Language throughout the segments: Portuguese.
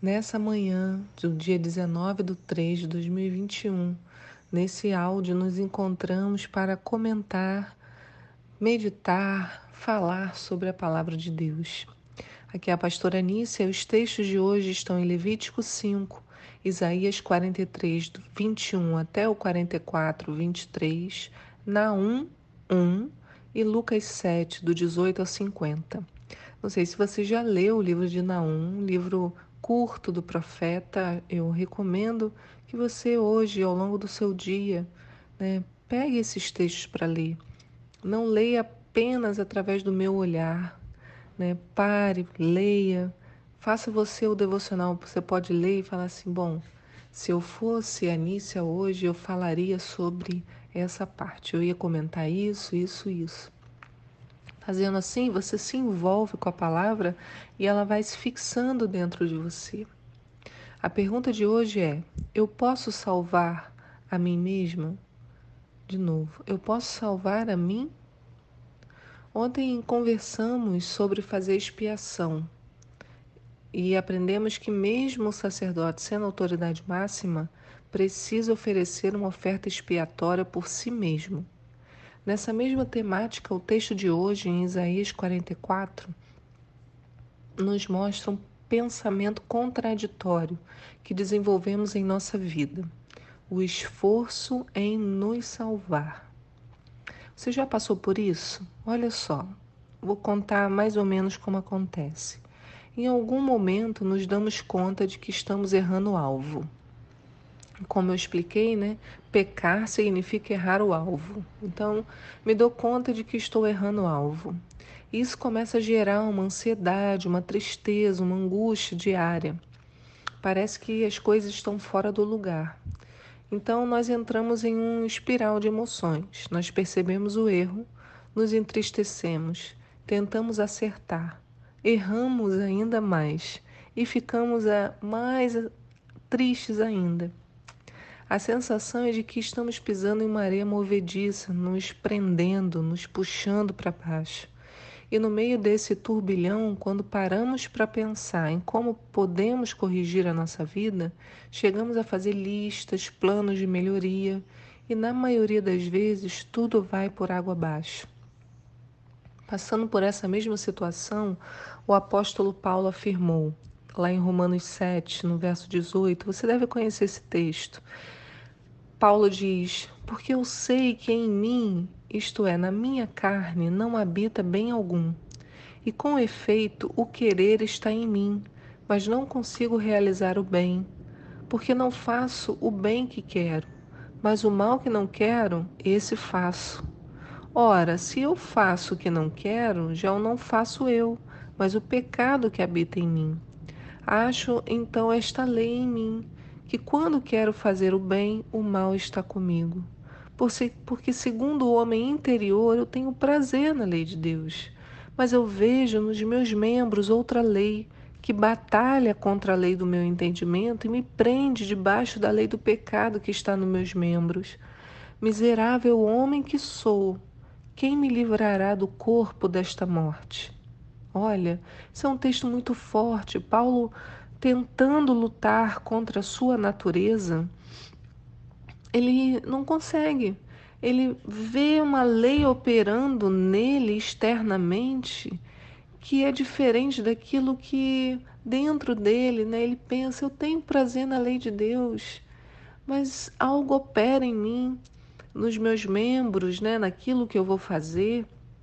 Nessa manhã do dia 19/3 de 2021, nesse áudio nos encontramos para comentar, meditar, falar sobre a palavra de Deus. Aqui é a pastora Nícia e os textos de hoje estão em Levítico 5, Isaías 43, do 21 até o 44, 23, Naum 1 e Lucas 7, do 18 ao 50. Não sei se você já leu o livro de Naum, um livro curto do profeta. Eu recomendo que você hoje, ao longo do seu dia, pegue esses textos para ler. Não leia apenas através do meu olhar. Pare, leia, faça você o devocional. Você pode ler e falar assim, bom, se eu fosse a Nícia hoje, eu falaria sobre essa parte. Eu ia comentar isso, isso, isso. Fazendo assim, você se envolve com a palavra e ela vai se fixando dentro de você. A pergunta de hoje é: eu posso salvar a mim mesma? De novo, eu posso salvar a mim? Ontem conversamos sobre fazer expiação e aprendemos que mesmo o sacerdote sendo autoridade máxima, precisa oferecer uma oferta expiatória por si mesmo. Nessa mesma temática, o texto de hoje, em Isaías 44, nos mostra um pensamento contraditório que desenvolvemos em nossa vida: o esforço em nos salvar. Você já passou por isso? Olha só, vou contar mais ou menos como acontece. Em algum momento nos damos conta de que estamos errando o alvo. Como eu expliquei, pecar significa errar o alvo. Então, me dou conta de que estou errando o alvo. Isso começa a gerar uma ansiedade, uma tristeza, uma angústia diária. Parece que as coisas estão fora do lugar. Então, nós entramos em um espiral de emoções. Nós percebemos o erro, nos entristecemos, tentamos acertar, erramos ainda mais e ficamos mais tristes ainda. A sensação é de que estamos pisando em uma areia movediça, nos prendendo, nos puxando para baixo. E no meio desse turbilhão, quando paramos para pensar em como podemos corrigir a nossa vida, chegamos a fazer listas, planos de melhoria, e na maioria das vezes tudo vai por água abaixo. Passando por essa mesma situação, o apóstolo Paulo afirmou, lá em Romanos 7, no verso 18, você deve conhecer esse texto. Paulo diz: porque eu sei que em mim, isto é, na minha carne, não habita bem algum. E com efeito, o querer está em mim, mas não consigo realizar o bem, porque não faço o bem que quero, mas o mal que não quero, esse faço. Ora, se eu faço o que não quero, já o não faço eu, mas o pecado que habita em mim. Acho então esta lei em mim, que quando quero fazer o bem, o mal está comigo. Porque segundo o homem interior, eu tenho prazer na lei de Deus. Mas eu vejo nos meus membros outra lei, que batalha contra a lei do meu entendimento e me prende debaixo da lei do pecado que está nos meus membros. Miserável homem que sou, quem me livrará do corpo desta morte? Olha, isso é um texto muito forte. Paulo, tentando lutar contra a sua natureza, ele não consegue. Ele vê uma lei operando nele externamente que é diferente daquilo que dentro dele, ele pensa, eu tenho prazer na lei de Deus, mas algo opera em mim, nos meus membros, naquilo que eu vou fazer,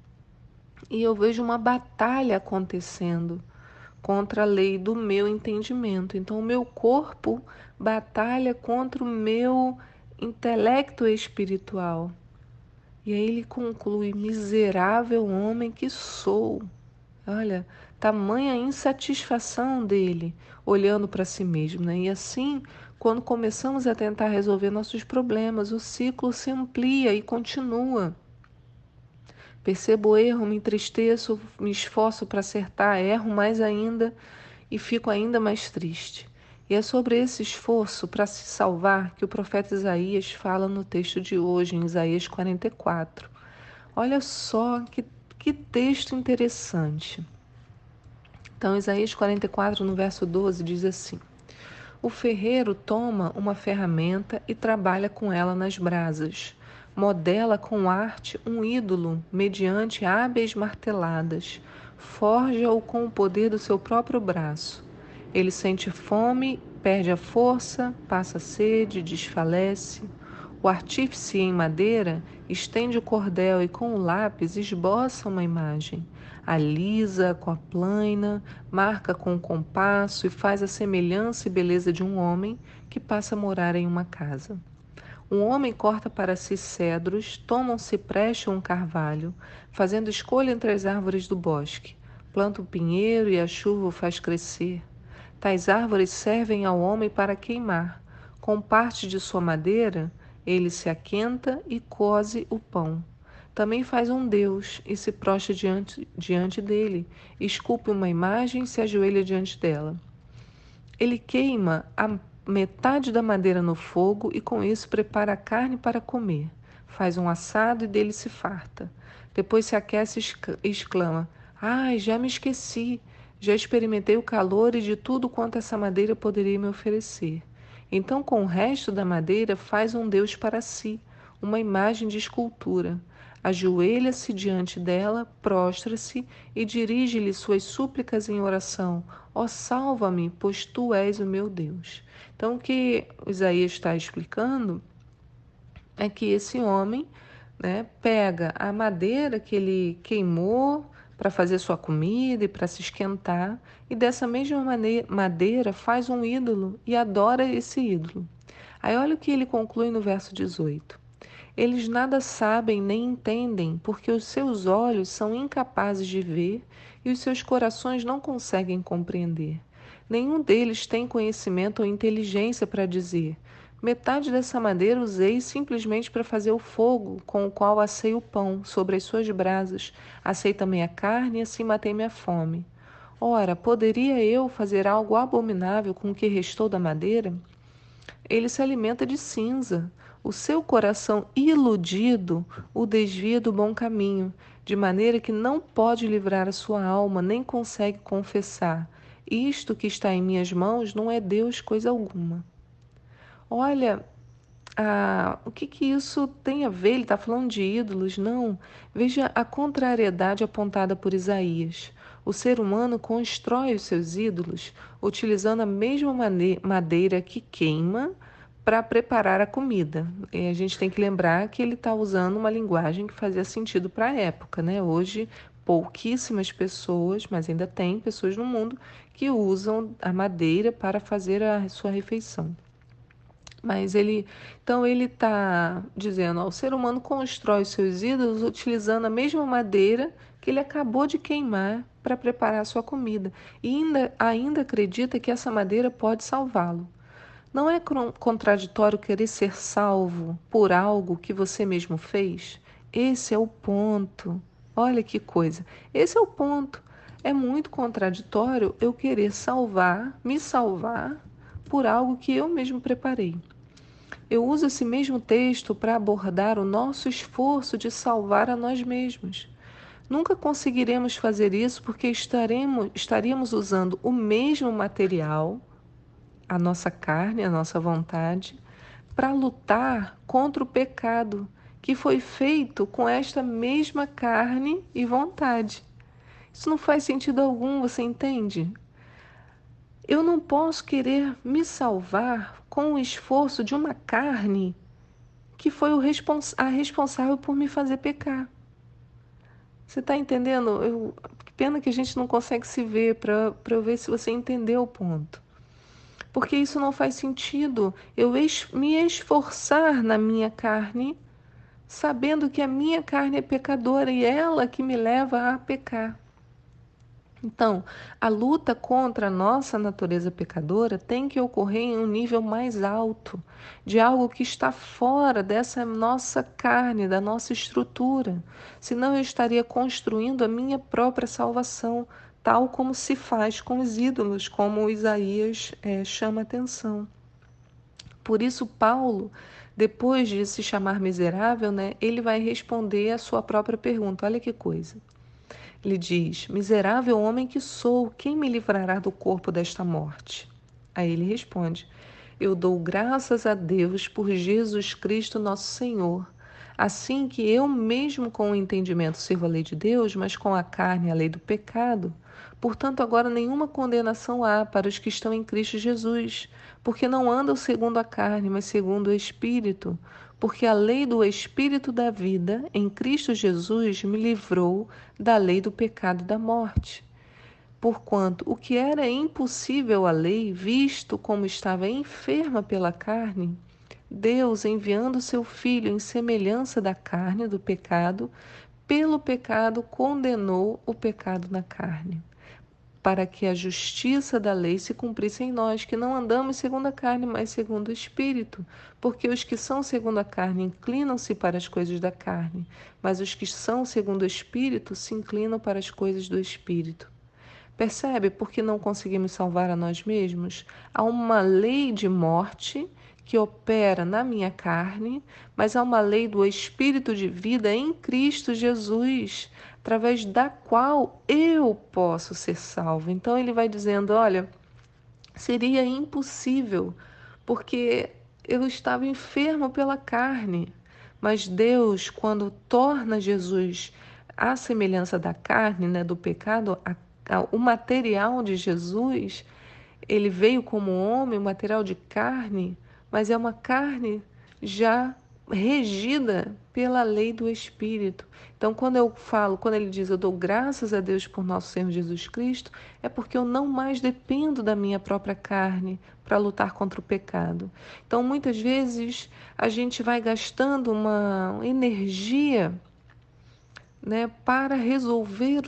e eu vejo uma batalha acontecendo contra a lei do meu entendimento. Então, o meu corpo batalha contra o meu intelecto espiritual. E aí ele conclui: miserável homem que sou. Olha, tamanha insatisfação dele olhando para si mesmo, E assim, quando começamos a tentar resolver nossos problemas, o ciclo se amplia e continua. Percebo o erro, me entristeço, me esforço para acertar, erro mais ainda e fico ainda mais triste. E é sobre esse esforço para se salvar que o profeta Isaías fala no texto de hoje, em Isaías 44. Olha só que texto interessante. Então, Isaías 44, no verso 12, diz assim: O ferreiro toma uma ferramenta e trabalha com ela nas brasas. Modela com arte um ídolo mediante hábeis marteladas. Forja-o com o poder do seu próprio braço. Ele sente fome, perde a força, passa sede, desfalece. O artífice em madeira estende o cordel e com o lápis esboça uma imagem. Alisa com a plaina, marca com o compasso e faz a semelhança e beleza de um homem que passa a morar em uma casa. Um homem corta para si cedros, toma um cipreste ou um carvalho, fazendo escolha entre as árvores do bosque. Planta o pinheiro e a chuva o faz crescer. Tais árvores servem ao homem para queimar. Com parte de sua madeira, ele se aquenta e coze o pão. Também faz um Deus e se prostra diante dele, esculpe uma imagem e se ajoelha diante dela. Ele queima a metade da madeira no fogo e com isso prepara a carne para comer. Faz um assado e dele se farta. Depois se aquece e exclama: Ai, já me esqueci. Já experimentei o calor e de tudo quanto essa madeira poderia me oferecer. Então, com o resto da madeira, faz um Deus para si, uma imagem de escultura. Ajoelha-se diante dela, prostra-se e dirige-lhe suas súplicas em oração. Ó, salva-me, pois tu és o meu Deus. Então, o que Isaías está explicando é que esse homem, né, pega a madeira que ele queimou para fazer sua comida e para se esquentar, e dessa mesma madeira faz um ídolo e adora esse ídolo. Aí olha o que ele conclui no verso 18. Eles nada sabem nem entendem, porque os seus olhos são incapazes de ver e os seus corações não conseguem compreender. Nenhum deles tem conhecimento ou inteligência para dizer: metade dessa madeira usei simplesmente para fazer o fogo com o qual assei o pão sobre as suas brasas, assei também a carne e assim matei minha fome. Ora, poderia eu fazer algo abominável com o que restou da madeira? Ele se alimenta de cinza. O seu coração iludido o desvia do bom caminho, de maneira que não pode livrar a sua alma, nem consegue confessar: isto que está em minhas mãos não é Deus coisa alguma. Olha, o que isso tem a ver? Ele está falando de ídolos? Não. Veja a contrariedade apontada por Isaías. O ser humano constrói os seus ídolos utilizando a mesma madeira que queima para preparar a comida. E a gente tem que lembrar que ele está usando uma linguagem que fazia sentido para a época, né? Hoje, pouquíssimas pessoas, mas ainda tem pessoas no mundo que usam a madeira para fazer a sua refeição. Mas então ele está dizendo, ó, o ser humano constrói os seus ídolos utilizando a mesma madeira que ele acabou de queimar para preparar a sua comida. E ainda acredita que essa madeira pode salvá-lo. Não é contraditório querer ser salvo por algo que você mesmo fez? Esse é o ponto. Olha que coisa. Esse é o ponto. É muito contraditório eu querer me salvar por algo que eu mesmo preparei. Eu uso esse mesmo texto para abordar o nosso esforço de salvar a nós mesmos. Nunca conseguiremos fazer isso porque estaríamos usando o mesmo material, a nossa carne, a nossa vontade, para lutar contra o pecado que foi feito com esta mesma carne e vontade. Isso não faz sentido algum, você entende? Eu não posso querer me salvar com o esforço de uma carne que foi a responsável por me fazer pecar. Você está entendendo? Que pena que a gente não consegue se ver para eu ver se você entendeu o ponto. Porque isso não faz sentido. Eu me esforçar na minha carne, sabendo que a minha carne é pecadora e é ela que me leva a pecar. Então, a luta contra a nossa natureza pecadora tem que ocorrer em um nível mais alto, de algo que está fora dessa nossa carne, da nossa estrutura. Senão eu estaria construindo a minha própria salvação, tal como se faz com os ídolos, como Isaías chama atenção. Por isso, Paulo, depois de se chamar miserável, ele vai responder a sua própria pergunta. Olha que coisa. Ele diz: miserável homem que sou, quem me livrará do corpo desta morte? Aí ele responde: eu dou graças a Deus por Jesus Cristo, nosso Senhor. Assim que eu mesmo com o entendimento sirvo a lei de Deus, mas com a carne a lei do pecado. Portanto, agora nenhuma condenação há para os que estão em Cristo Jesus, porque não andam segundo a carne, mas segundo o Espírito. Porque a lei do Espírito da vida em Cristo Jesus me livrou da lei do pecado e da morte. Porquanto o que era impossível à lei, visto como estava enferma pela carne, Deus, enviando seu Filho em semelhança da carne do pecado, pelo pecado condenou o pecado na carne, para que a justiça da lei se cumprisse em nós, que não andamos segundo a carne, mas segundo o Espírito. Porque os que são segundo a carne inclinam-se para as coisas da carne, mas os que são segundo o Espírito se inclinam para as coisas do Espírito. Percebe por que não conseguimos salvar a nós mesmos? Há uma lei de morte que opera na minha carne, mas há uma lei do Espírito de vida em Cristo Jesus, através da qual eu posso ser salvo. Então ele vai dizendo: olha, seria impossível, porque eu estava enfermo pela carne. Mas Deus, quando torna Jesus à semelhança da carne, né, do pecado, o material de Jesus, ele veio como homem, o material de carne, mas é uma carne já regida pela lei do Espírito. Então, quando ele diz, eu dou graças a Deus por nosso Senhor Jesus Cristo, é porque eu não mais dependo da minha própria carne para lutar contra o pecado. Então, muitas vezes, a gente vai gastando uma energia, né, para resolver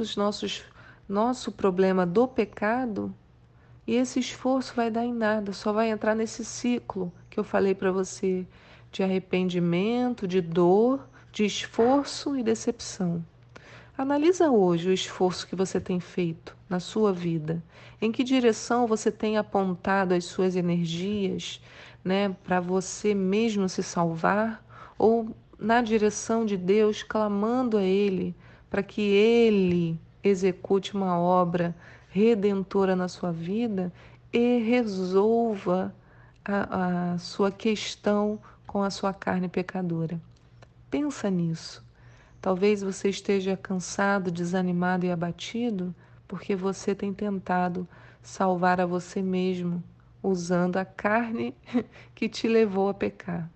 nosso problema do pecado, e esse esforço vai dar em nada, só vai entrar nesse ciclo que eu falei para você, de arrependimento, de dor, de esforço e decepção. Analisa hoje o esforço que você tem feito na sua vida. Em que direção você tem apontado as suas energias, né, para você mesmo se salvar, ou na direção de Deus, clamando a Ele para que Ele execute uma obra redentora na sua vida e resolva a sua questão com a sua carne pecadora. Pensa nisso. Talvez você esteja cansado, desanimado e abatido porque você tem tentado salvar a você mesmo usando a carne que te levou a pecar.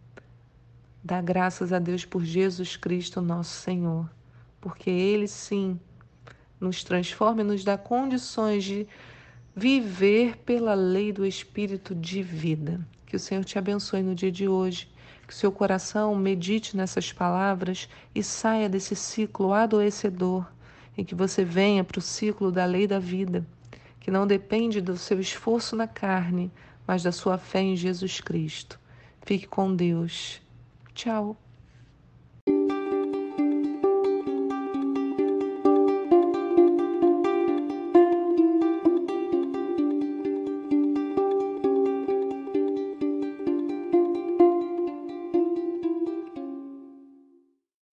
Dá graças a Deus por Jesus Cristo, nosso Senhor, porque Ele sim nos transforma e nos dá condições de viver pela lei do Espírito de vida. Que o Senhor te abençoe no dia de hoje, que o seu coração medite nessas palavras e saia desse ciclo adoecedor, em que você venha para o ciclo da lei da vida, que não depende do seu esforço na carne, mas da sua fé em Jesus Cristo. Fique com Deus. Tchau.